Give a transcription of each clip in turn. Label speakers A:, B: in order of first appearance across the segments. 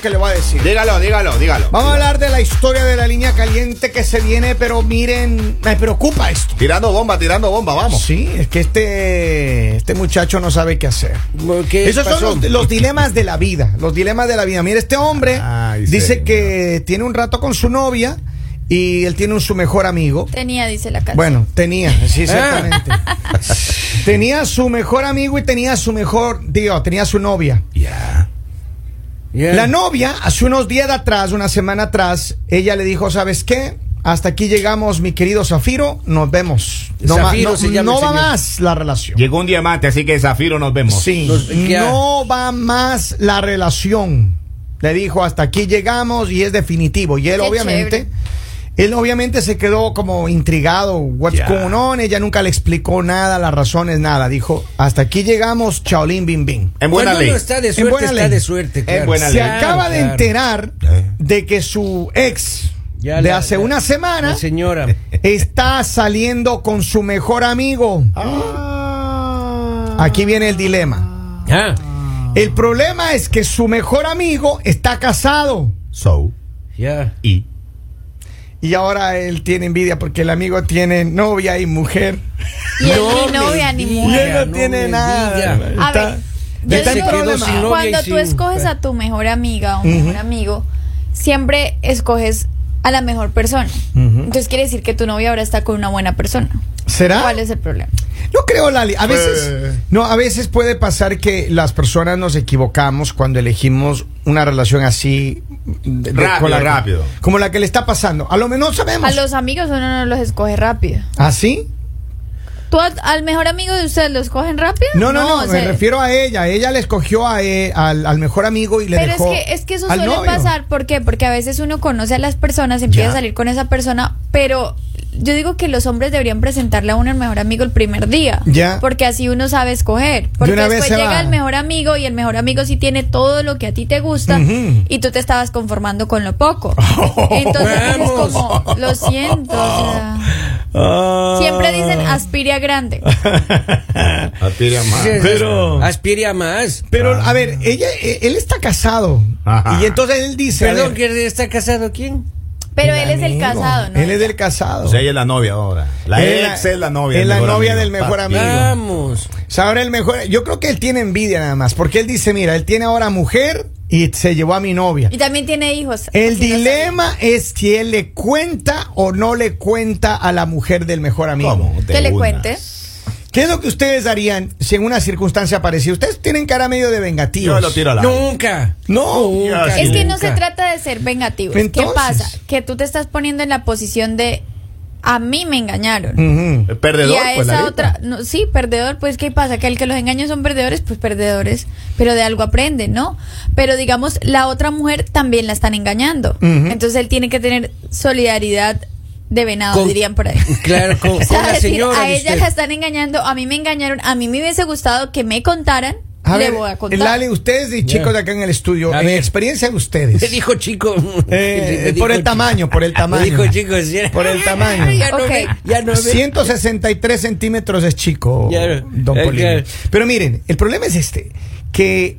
A: que le voy a decir.
B: Dígalo.
A: Vamos a hablar de la historia de la línea caliente que se viene, pero miren, me preocupa esto.
B: Tirando bomba, vamos.
A: Sí, es que este muchacho no sabe qué hacer. Esos son los dilemas de la vida. Los dilemas de la vida. Mira, este hombre dice que tiene un rato con su novia y él tiene su mejor amigo.
C: Tenía, dice la canción.
A: Bueno, tenía, sí, exactamente. Tenía su mejor amigo y tenía su novia.
B: Ya.
A: La novia, hace unos días atrás, una semana atrás, ella le dijo, ¿sabes qué? Hasta aquí llegamos, mi querido Zafiro, nos vemos. No va más la relación.
B: Llegó un diamante, así que Zafiro, nos vemos.
A: Sí, no va más la relación. Le dijo, hasta aquí llegamos y es definitivo. Y él obviamente se quedó como intrigado. What's going on? Ella nunca le explicó nada, las razones, nada. Dijo, hasta aquí llegamos, chaolín, bim, bim.
B: En buena ley.
D: Uno está de suerte, está de suerte. Claro.
B: En buena ley.
A: Se acaba de enterar de que su ex de hace una semana,
D: la señora,
A: está saliendo con su mejor amigo. Aquí viene el dilema. El problema es que su mejor amigo está casado. Y ahora él tiene envidia porque el amigo tiene novia y mujer.
C: Y él ni novia ni mujer.
A: Y él no tiene nada.
C: A ver, yo digo, cuando tú escoges a tu mejor amiga o mejor amigo, siempre escoges a la mejor persona. Entonces quiere decir que tu novia ahora está con una buena persona.
A: ¿Será?
C: ¿Cuál es el problema?
A: No creo, Lali. A veces puede pasar que las personas nos equivocamos cuando elegimos una relación así
B: rápido.
A: Como la que le está pasando. A lo menos sabemos.
C: A los amigos uno no los escoge rápido.
A: ¿Ah, sí?
C: ¿Tú al mejor amigo de ustedes lo escogen rápido?
A: No, me refiero a ella. Ella le escogió al mejor amigo y le dejó.
C: Pero es que eso suele pasar. ¿Por qué? Porque a veces uno conoce a las personas, empieza a salir con esa persona, pero yo digo que los hombres deberían presentarle a uno el mejor amigo el primer día. Porque así uno sabe escoger. Porque después llega el mejor amigo y el mejor amigo sí tiene todo lo que a ti te gusta y tú te estabas conformando con lo poco. Entonces es como, lo siento. O sea, siempre dicen aspire a grande.
B: Aspire a más.
D: Aspire a más.
A: Pero, a ver, él está casado. Y entonces él dice.
D: Perdón, ¿que está casado quién?
C: Pero él es el casado, ¿no?
A: Él es el casado.
B: O sea, ella es la novia ahora. La ex es la novia.
A: Es la novia del mejor amigo.
D: Vamos.
A: O sea, ahora el mejor. Yo creo que él tiene envidia nada más. Porque él dice, mira, él tiene ahora mujer y se llevó a mi novia.
C: Y también tiene hijos.
A: El dilema es si él le cuenta o no le cuenta a la mujer del mejor amigo.
B: ¿Cómo?
C: Que le cuente.
A: ¿Qué es lo que ustedes harían si en una circunstancia parecida? Ustedes tienen cara medio de vengativos.
B: Yo lo tiro al agua.
D: Nunca.
C: Es que no se trata de ser vengativos.
A: Entonces,
C: ¿qué pasa? Que tú te estás poniendo en la posición de a mí me engañaron.
B: El perdedor,
C: y a esa otra, sí, perdedor, pues ¿qué pasa? Que el que los engaños son perdedores, pues perdedores, pero de algo aprenden, ¿no? Pero digamos, la otra mujer también la están engañando. Entonces él tiene que tener solidaridad de venado, dirían por ahí.
D: Claro, con la señora.
C: A ella la están engañando, a mí me engañaron, a mí me hubiese gustado que me contaran. Le voy a contar.
A: Lali, ustedes y chicos de acá en el estudio, en experiencia de ustedes.
D: Me dijo chico.
A: Por el tamaño.
D: Me dijo chico, ¿sí?
A: Por el tamaño.
D: Ya no ve.
A: 163 centímetros es chico, don Polibio. Pero miren, el problema es que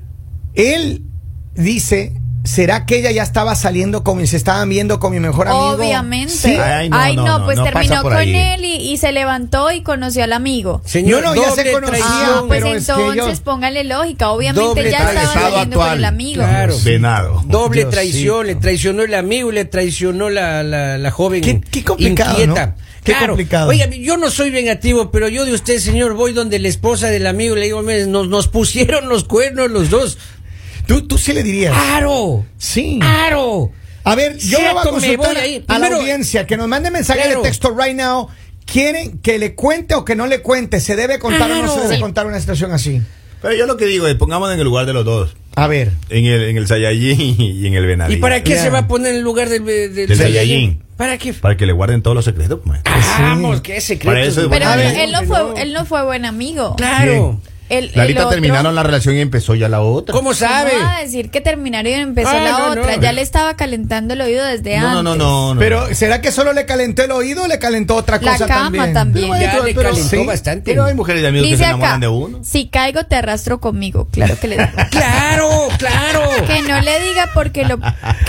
A: él dice, ¿será que ella ya estaba saliendo se estaban viendo con mi mejor amigo?
C: Obviamente.
A: ¿Sí?
C: Pues terminó con él y se levantó y conoció al amigo.
D: Señor,
A: ya se conocían.
C: Pues entonces póngale lógica. Obviamente ya estaba saliendo con el amigo.
D: Claro.
B: Venado.
D: Doble traición. Le traicionó el amigo y le traicionó la joven.
A: Qué complicado,
D: inquieta.
A: ¿no? Qué complicado.
D: Oiga, yo no soy vengativo, pero yo de usted, señor, voy donde la esposa del amigo y le digo, nos pusieron los cuernos los dos.
A: ¿Tú sí le dirías?
D: ¡Claro!
A: Sí.
D: ¡Claro!
A: A ver, yo le voy a consultar a la
D: Primero,
A: audiencia que nos mande mensaje de texto right now. ¿Quieren que le cuente o que no le cuente? ¿Se debe contar o no se debe contar una situación así?
B: Pero yo lo que digo es, pongamos en el lugar de los dos.
A: A ver.
B: En el Saiyajin y en el Venadillo.
D: ¿Y para qué se va a poner en el lugar del
B: Saiyajin?
D: ¿Para qué?
B: Para que le guarden todos los secretos.
D: Vamos, qué secretos.
C: Pero él no fue buen amigo.
D: Claro.
B: Clarita, terminaron la relación y empezó ya la otra.
D: ¿Cómo sabe?
C: ¿Cómo va a decir que terminaron y empezó la otra? Ya le estaba calentando el oído desde antes.
B: No.
A: Pero ¿será que solo le calentó el oído o le calentó otra cosa también?
C: La cama también.
D: Ya le calentó bastante.
B: Pero hay mujeres de amigos que se enamoran
C: acá,
B: de uno.
C: Si caigo te arrastro conmigo, claro que le digo.
D: Claro.
C: Que no le diga porque lo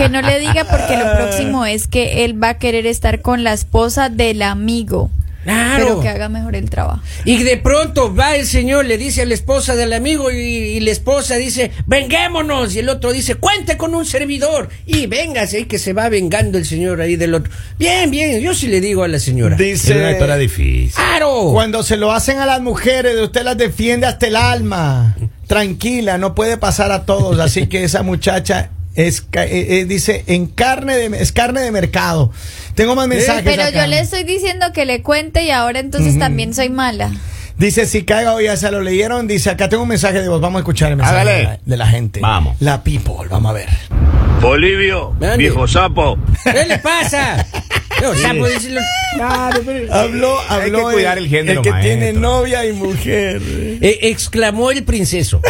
C: próximo es que él va a querer estar con la esposa del amigo.
D: Claro.
C: Pero que haga mejor el trabajo.
D: Y de pronto va el señor, le dice a la esposa del amigo y la esposa dice, venguémonos. Y el otro dice, cuente con un servidor. Y véngase, y que se va vengando el señor ahí del otro. Bien, yo sí le digo a la señora.
A: Dice,
B: es una historia difícil.
D: ¡Claro!
A: Cuando se lo hacen a las mujeres, usted las defiende hasta el alma. Tranquila, no puede pasar a todos. Así que esa muchacha dice, es carne de mercado. Tengo más mensajes.
C: Pero
A: acá.
C: yo le estoy diciendo que le cuente y ahora entonces también soy mala.
A: Dice, si caiga, ya se lo leyeron. Dice, acá tengo un mensaje de voz. Vamos a escuchar el mensaje de la gente.
B: Vamos.
A: La people, vamos a ver.
E: Bolivio, viejo sapo.
D: ¿Qué le pasa? No, sapo, decirlo.
A: Habló
B: Hay que cuidar el género,
A: que
B: maestro.
A: tiene novia y mujer.
D: Exclamó el princeso.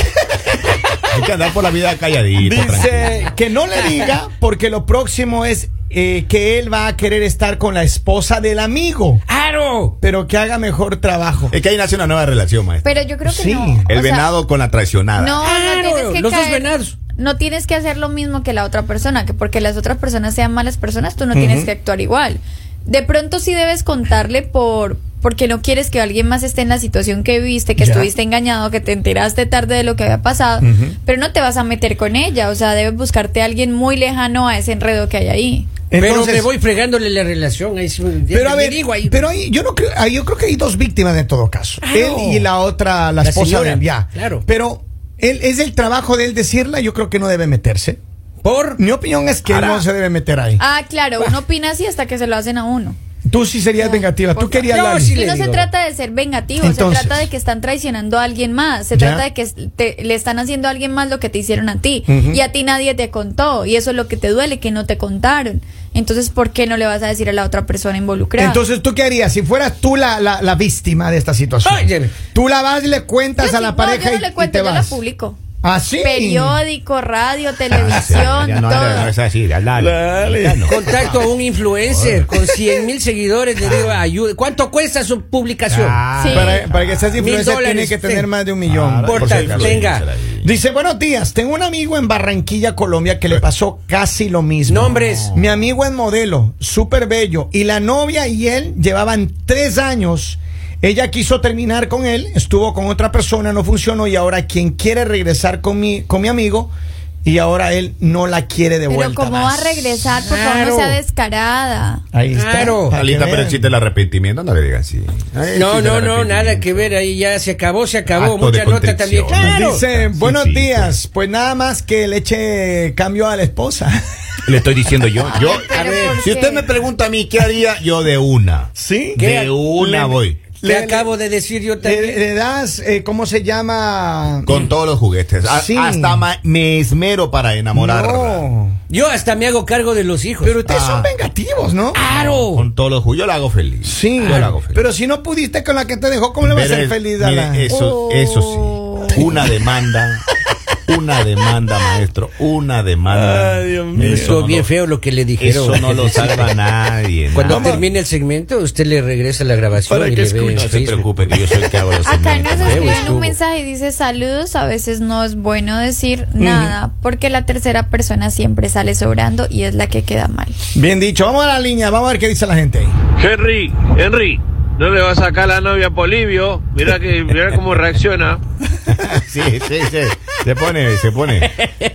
B: Hay que andar por la vida calladito.
A: Dice que no le diga porque lo próximo es que él va a querer estar con la esposa del amigo.
D: ¡Claro!
A: Pero que haga mejor trabajo.
B: Es que ahí nace una nueva relación, maestro.
C: Pero yo creo que
A: Sí.
C: no.
B: El
C: O sea,
B: venado con la traicionada.
C: No tienes que
D: los dos
C: caer.
D: venados.
C: No tienes que hacer lo mismo que la otra persona, que porque las otras personas sean malas personas, tú no tienes que actuar igual. De pronto sí debes contarle porque no quieres que alguien más esté en la situación que viviste, que estuviste engañado, que te enteraste tarde de lo que había pasado, pero no te vas a meter con ella, o sea, debes buscarte a alguien muy lejano a ese enredo que hay ahí.
D: Pero
A: Entonces,
D: me voy fregándole la relación. Ahí,
A: pero a ver,
D: digo ahí.
A: pero ahí, yo creo que hay dos víctimas en todo caso.
D: Claro.
A: Él y la otra, la esposa
D: señora,
A: de él, ya.
D: claro.
A: Pero él es el trabajo de él decirla, yo creo que no debe meterse.
D: ¿Por?
A: Mi opinión es que él no se debe meter ahí.
C: Ah, claro, uno opina así hasta que se lo hacen a uno.
A: Tú sí serías vengativa. Tú querías
D: Yo
A: la
D: sí
C: Y
D: le
C: no se
D: digo.
C: trata de ser vengativo,
A: Entonces.
C: se trata de que están traicionando a alguien más, se
A: Ya.
C: trata de que le están haciendo a alguien más lo que te hicieron a ti, y a ti nadie te contó, y eso es lo que te duele, que no te contaron. Entonces, ¿por qué no le vas a decir a la otra persona involucrada?
A: Entonces, ¿tú qué harías? Si fueras tú la víctima de esta situación.
D: Óyeme.
A: Tú la vas y le cuentas
C: Yo
A: a la
C: sí,
A: pareja
C: yo no
A: y
C: le cuento,
A: te
C: yo la
A: vas.
C: publico.
A: ¿Ah, sí?
C: Periódico, radio, televisión,
B: Ya no
C: todo.
B: es así, dale. Ya no.
D: Contacto a un influencer con 100,000 seguidores, le digo, ayuda. ¿Cuánto cuesta su publicación?
C: Sí.
A: Para que seas influencer
D: $1,000
A: tiene que tener
D: sí.
A: más de 1 millón.
B: Por
D: Porta,
B: si acaso,
D: tenga.
A: Dice, buenos días, tengo un amigo en Barranquilla, Colombia, que le pasó casi lo mismo.
D: Nombres.
A: Mi amigo es modelo, súper bello, y la novia y él llevaban 3 años. Ella quiso terminar con él, estuvo con otra persona, no funcionó, y ahora quien quiere regresar con mi amigo, y ahora él no la quiere de
C: Pero
A: vuelta
C: ¿cómo
A: más.
C: va a regresar? Por favor,
D: Claro.
C: no sea descarada.
A: Ahí está.
D: Claro.
A: para que
B: Alita, pero
A: vean.
B: existe el arrepentimiento, no le digan así.
D: No, nada que ver, ahí ya se acabó.
B: Acto
D: Mucha
B: de
D: nota también.
B: contrición.
D: Claro.
A: Dice, buenos
B: sí,
A: días, pues nada más que le eche cambio a la esposa.
B: Le estoy diciendo yo.
C: Pero
B: A ver,
C: ¿por
B: si
C: qué?
B: usted me pregunta a mí qué haría, yo de una.
A: ¿Sí?
B: De una voy.
D: Le acabo de decir yo también.
A: Le das, ¿cómo se llama?
B: Con todos los juguetes.
A: Sí.
B: Hasta me esmero para enamorarla.
A: No.
D: Yo hasta me hago cargo de los hijos.
A: Pero ustedes son vengativos, ¿no?
D: ¡Claro!
B: Con todos los juguetes. Yo la hago feliz.
A: Sí.
B: Yo la hago feliz.
A: Pero si no pudiste con la que te dejó, ¿cómo le vas a
B: Pero
A: ser feliz a
B: mire,
A: la...
B: eso sí. Una demanda. Una demanda, maestro. Una demanda.
A: Ay, Dios mío.
D: Estuvo bien feo lo que le dijeron.
B: Eso no lo salva a nadie.
D: Cuando
B: nada.
D: termine el segmento, usted le regresa la grabación
A: Para
D: y
A: que
D: le ve en
B: No se
D: Facebook.
B: preocupe, que yo soy el que hago los
C: Acá
B: segmentos.
C: nos
D: Feo
C: escriben
D: estuvo.
C: un mensaje y dice saludos, a veces no es bueno decir nada porque la tercera persona siempre sale sobrando y es la que queda mal.
A: Bien dicho. Vamos a la línea, vamos a ver qué dice la gente ahí.
E: Henry, no le va a sacar la novia a Polibio. Mira cómo reacciona.
B: Sí. Se pone.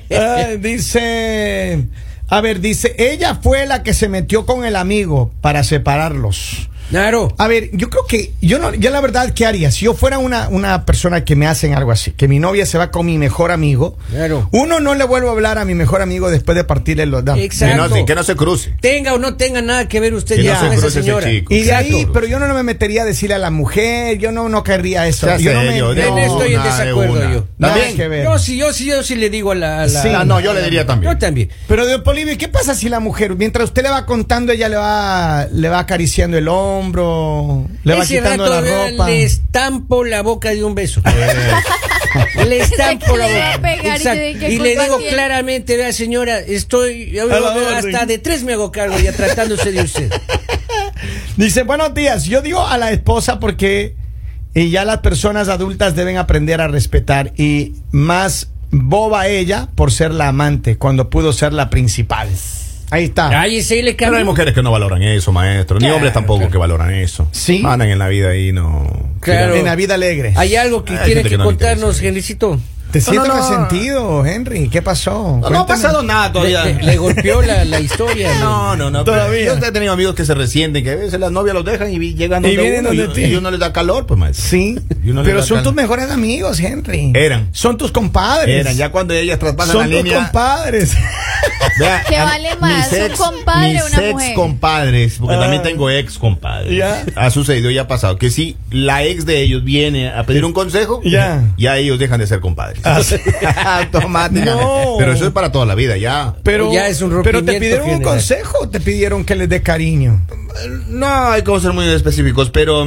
A: Dice... A ver, dice, ella fue la que se metió con el amigo para separarlos.
D: Claro.
A: A ver, yo creo que yo la verdad, ¿qué haría? Si yo fuera una persona que me hacen algo así, que mi novia se va con mi mejor amigo,
D: Claro.
A: uno no le vuelvo a hablar a mi mejor amigo después de partirle los dados.
D: Exacto.
B: Que no se cruce.
D: Tenga o no tenga nada que ver usted
B: Que
D: ya
B: no se
D: con esa
B: cruce ese
D: señora.
B: chico.
A: Y de ahí,
B: Exacto.
A: pero yo no me metería a decirle a la mujer, yo no querría eso.
B: Sea
A: Yo no
B: serio, de
D: En estoy en
B: una,
D: desacuerdo
B: de una.
D: yo.
A: Nada
B: También.
A: que ver.
D: Yo sí le digo a la...
A: Sí.
B: No, yo le diría también.
D: Yo también.
A: Pero de Polibio, ¿qué pasa si la mujer, mientras usted le va contando, ella le va acariciando el hombro, le va
D: Ese
A: quitando
D: rato
A: la ropa?
D: le estampo la boca de un beso. Le estampo la boca.
C: Pegar,
D: y le digo claramente, vea señora, hasta de 3 me hago cargo ya tratándose de usted.
A: Dice, buenos días, yo digo a la esposa porque ya las personas adultas deben aprender a respetar y más boba ella por ser la amante cuando pudo ser la principal. Ahí está.
D: Ay, sí, le
B: Pero hay mujeres que no valoran eso, maestro. Ni hombres tampoco que valoran eso.
A: Sí.
B: Andan en la vida ahí, no.
A: Claro. En la vida alegre.
D: Hay algo que tiene que contarnos, Henrycito.
A: Te siento resentido, Henry. ¿Qué pasó?
B: No ha pasado nada todavía.
D: Le golpeó la historia.
B: No.
A: Todavía.
B: Yo he tenido amigos que se resienten, que a veces las novias los dejan y llegan y uno les da calor, pues, maestro.
A: Sí. Pero son tus mejores amigos, Henry.
B: Eran.
A: Son tus compadres.
B: Ya cuando ellas traspasan la línea.
A: Son tus compadres.
B: Vea,
C: ¿qué vale más? ¿Un compadre o una mujer?
B: Mis ex compadres, porque también tengo ex compadres.
A: ¿Ya?
B: Ha sucedido y ha pasado que si la ex de ellos viene a pedir un consejo, ya ellos dejan de ser compadres. Automáticamente.
A: No.
B: Pero eso es para toda la vida, ya.
A: Pero
D: ya es un rompimiento.
A: Pero te pidieron un consejo o te pidieron que les dé cariño.
B: No, hay que ser muy específicos, pero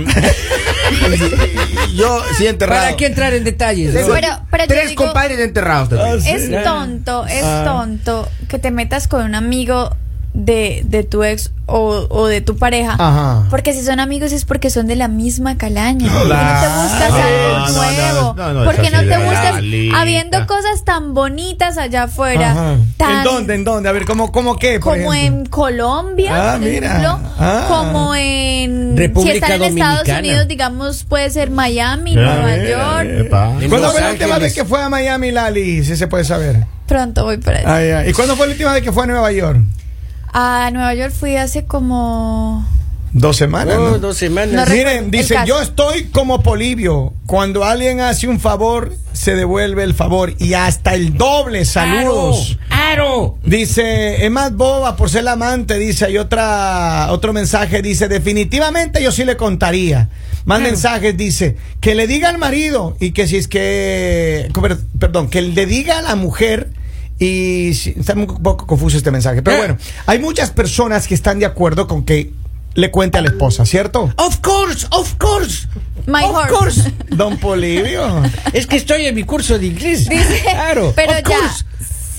B: yo sí enterrado.
D: ¿Para qué entrar en detalles?
C: Pero
B: 3 compadres enterrados.
C: Es tonto que te metas con un amigo de tu ex o de tu pareja. Ajá. Porque si son amigos es porque son de la misma calaña. ¿Por qué no te buscas algo nuevo? Porque no te buscas habiendo cosas tan bonitas allá afuera.
A: ¿En dónde? A ver, ¿cómo qué?
C: Como en Colombia, por ejemplo, como en
D: República
C: si están en
D: Dominicana.
C: Estados Unidos, digamos, puede ser Miami, Nueva York.
A: ¿Cuándo fue la última vez que fue a Miami, Lali? Si se puede saber.
C: Pronto voy para allá.
A: ¿Y cuándo fue la última vez que fue a Nueva York?
C: A Nueva York fui hace como
A: 2 semanas. ¿No?
D: 2 semanas.
C: No
A: Miren, dice, yo estoy como Polibio. Cuando alguien hace un favor, se devuelve el favor. Y hasta el doble. Saludos.
D: ¡Aro!
A: Dice, es más boba por ser la amante. Dice, hay otro mensaje. Dice, definitivamente yo sí le contaría. Más mensajes. Dice, que le diga al marido. Y que si es que... Perdón, que le diga a la mujer... Y está un poco confuso este mensaje. Pero bueno, hay muchas personas que están de acuerdo con que le cuente a la esposa, ¿cierto?
D: Of course.
C: My
D: of
C: horse.
D: course.
A: Don Polibio.
D: Es que estoy en mi curso de inglés.
C: Dice,
D: claro.
C: Pero
D: of
C: ya,
D: course.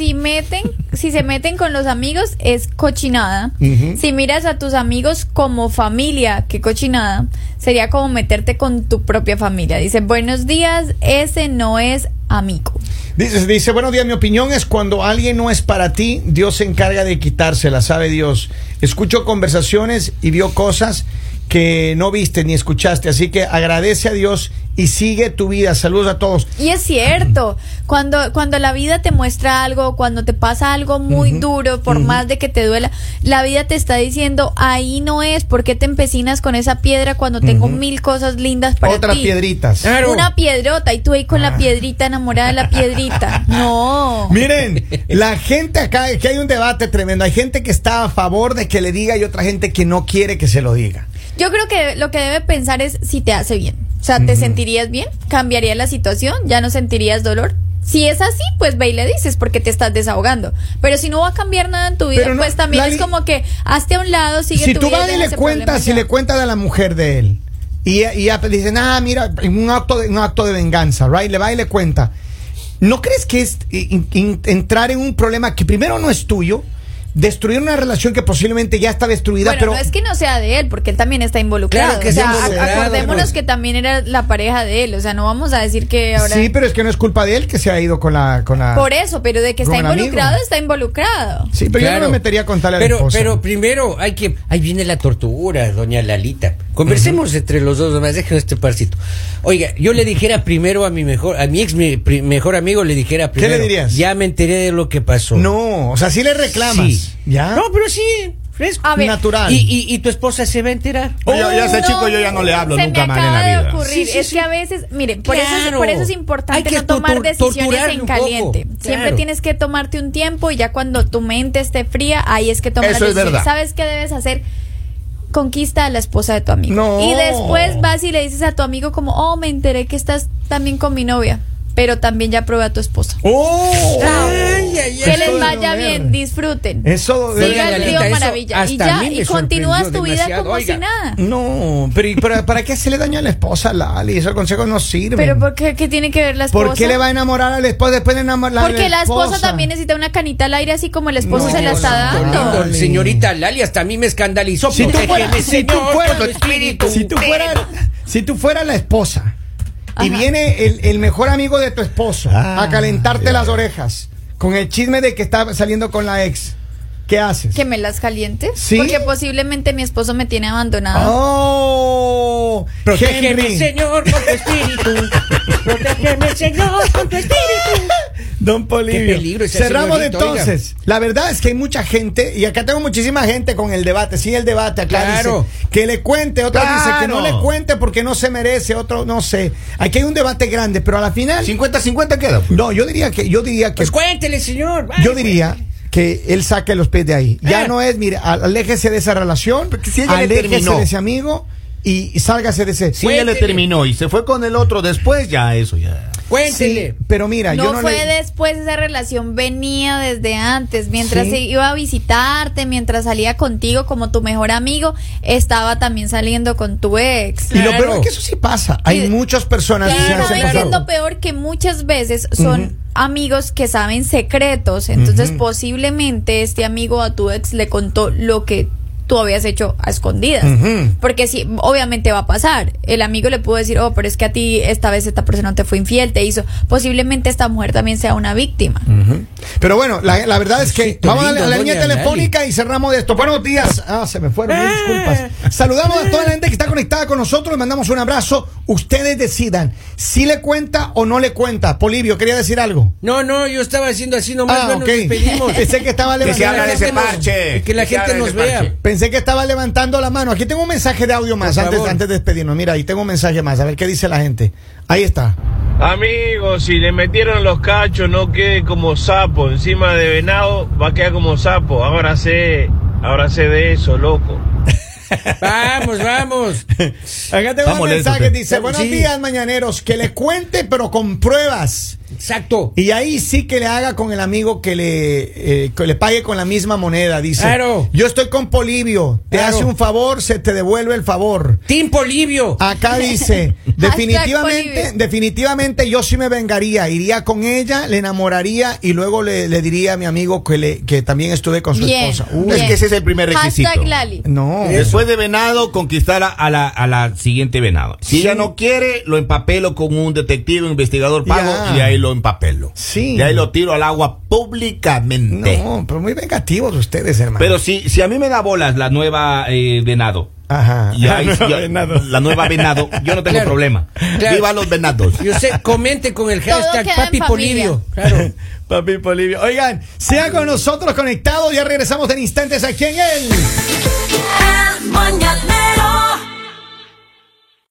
C: si se meten con los amigos es cochinada. Si miras a tus amigos como familia, qué cochinada. Sería como meterte con tu propia familia. Dice, buenos días, ese no es amigo.
A: Dice, buenos días, mi opinión es cuando alguien no es para ti, Dios se encarga de quitársela, sabe Dios. Escucho conversaciones y vio cosas que no viste ni escuchaste, así que agradece a Dios y sigue tu vida. Saludos a todos.
C: Y es cierto, cuando la vida te muestra algo, cuando te pasa algo muy duro, por más de que te duela, la vida te está diciendo, ahí no es, ¿por qué te empecinas con esa piedra cuando tengo 1000 cosas lindas para ti?
A: Otras piedritas.
C: Claro. Una piedrota, y tú ahí con la piedrita, enamorada de la piedrita. No.
A: Miren, la gente acá, que hay un debate tremendo, hay gente que está a favor de que le diga y otra gente que no quiere que se lo diga.
C: Yo creo que lo que debe pensar es si te hace bien. O sea, ¿te sentirías bien? ¿Cambiaría la situación? ¿Ya no sentirías dolor? Si es así, pues ve y le dices porque te estás desahogando. Pero si no va a cambiar nada en tu vida, pues también es como que hazte a un lado, sigue tu vida.
A: Si tú vas y le cuentas, si le cuentas de la mujer de él y ella dice, mira, un acto de venganza, right? Le va y le cuenta. ¿No crees que es entrar en un problema que primero no es tuyo? Destruir una relación que posiblemente ya está destruida.
C: Bueno, pero no es que no sea de él, porque él también está involucrado.
D: Claro que
C: o sea,
D: involucrado,
C: acordémonos
D: pues,
C: que también era la pareja de él. O sea, no vamos a decir que ahora.
A: Sí, pero es que no es culpa de él que se ha ido con la.
C: Por eso, pero de que está involucrado,
A: amigo.
C: Está involucrado.
A: Sí, pero yo no me metería a contarle a la esposa.
D: Pero primero ahí viene la tortura, doña Lalita. Conversemos entre los dos, nomás déjenme este parcito. Oiga, yo le dijera primero a mi ex mejor amigo, le dijera primero.
A: ¿Qué le dirías?
D: Ya me enteré de lo que pasó.
A: No, o sea, sí le reclamas.
D: Sí.
A: ¿Ya?
D: No, pero sí, fresco.
A: Natural.
D: ¿Y tu esposa se va a enterar?
B: Ya ese chico yo ya no le hablo nunca más en la vida.
C: Es que a veces, miren, por eso es importante no tomar decisiones en caliente. Siempre tienes que tomarte un tiempo y ya cuando tu mente esté fría, ahí es que tomas la decisión. ¿Sabes qué debes hacer? Conquista a la esposa de tu amigo.
A: No.
C: Y después vas y le dices a tu amigo como, me enteré que estás también con mi novia. pero también ya probé a tu esposa.
A: ¡Oh!
C: Que les vaya bien, disfruten.
A: Eso
C: siga el río maravilla. Y ya, y continúas tu vida como si nada.
A: No, pero ¿para qué se le daña a la esposa, Lali? Esos consejos no sirven.
C: ¿Pero por qué? ¿Qué tiene que ver la esposa?
A: ¿Por qué le va a enamorar a la esposa después de enamorar
C: Porque la esposa también necesita una canita al aire, así como el esposo se la está dando.
D: Señorita Lali, hasta a mí me escandalizó.
A: Si tú fueras la esposa y viene el mejor amigo de tu esposo a calentarte las orejas con el chisme de que está saliendo con la ex, ¿qué haces?
C: ¿Que me las calientes?
A: ¿Sí?
C: Porque posiblemente mi esposo me tiene abandonado.
A: ¡Oh!
D: Protégeme, Señor, con tu espíritu. Protégeme, Señor, con tu espíritu.
A: Don Polibio.
D: Qué peligro esa
A: cerramos
D: señorita,
A: entonces. Oiga. La verdad es que hay mucha gente, y acá tengo muchísima gente con el debate. Sí, el debate acá
D: claro.
A: dice que le cuente, otro dice que no le cuente porque no se merece, otro no sé. Aquí hay un debate grande, pero a la final
B: 50-50 queda. Pues.
A: No, yo diría que
D: pues cuéntele, señor.
A: Yo diría que él saque los pies de ahí. Ya no es, mire, aléjese de esa relación,
B: si
A: aléjese de ese amigo y sálgase de ese.
B: Si ella le terminó y se fue con el otro después, ya eso ya.
A: Cuéntele. Sí, pero mira,
C: no fue después, esa relación venía desde antes, mientras iba a visitarte, mientras salía contigo como tu mejor amigo, estaba también saliendo con tu ex.
A: Y lo peor es que eso sí pasa. Hay muchas personas que
C: se hacen lo peor que muchas veces son amigos que saben secretos, entonces posiblemente este amigo a tu ex le contó lo que tú habías hecho a escondidas, porque sí, obviamente va a pasar. El amigo le pudo decir, pero es que a ti esta vez esta persona te fue infiel, te hizo. Posiblemente esta mujer también sea una víctima.
A: Pero bueno, la verdad es que vamos a la línea telefónica y cerramos de esto. Buenos días. Se me fueron, disculpas. Saludamos a toda la gente que está conectada con nosotros, le mandamos un abrazo. Ustedes decidan si le cuenta o no le cuenta. Polibio, ¿quería decir algo?
D: No, yo estaba haciendo así nomás. Nos despedimos.
A: Pensé que estaba levantando
D: que la gente nos vea.
A: Pensé que estaba levantando la mano. Aquí tengo un mensaje de audio más antes de despedirnos. Mira, ahí tengo un mensaje más. A ver qué dice la gente. Ahí está.
E: Amigos, si le metieron los cachos, no quede como sapo. Encima de venado va a quedar como sapo. Ahora sé de eso, loco.
D: Vamos.
A: Acá tengo un mensaje que dice: buenos días, mañaneros. Que le cuente, pero con pruebas.
D: Exacto.
A: Y ahí sí que le haga con el amigo que le pague con la misma moneda. Dice:
D: claro.
A: Yo estoy con Polibio. Te hace un favor, se te devuelve el favor.
D: Team Polibio.
A: Acá dice: definitivamente yo sí me vengaría. Iría con ella, le enamoraría y luego le diría a mi amigo que también estuve con su esposa.
B: Es que ese es el primer requisito.
C: Lali.
A: No.
B: Después de venado, conquistar a la siguiente venado. Si ella no quiere, lo empapelo con un detective, un investigador pago y ahí lo empapelo.
A: Sí.
B: Y ahí lo tiro al agua públicamente.
A: No, pero muy vengativos ustedes, hermano.
B: Pero si a mí me da bolas la nueva venado.
A: Ajá.
B: La nueva venado, yo no tengo problema. Viva los venados.
D: Y usted comente con el hashtag Papi Polibio. Claro.
A: Papi Polibio. Oigan, sean con nosotros conectados. Ya regresamos en instantes aquí en El Mañanero.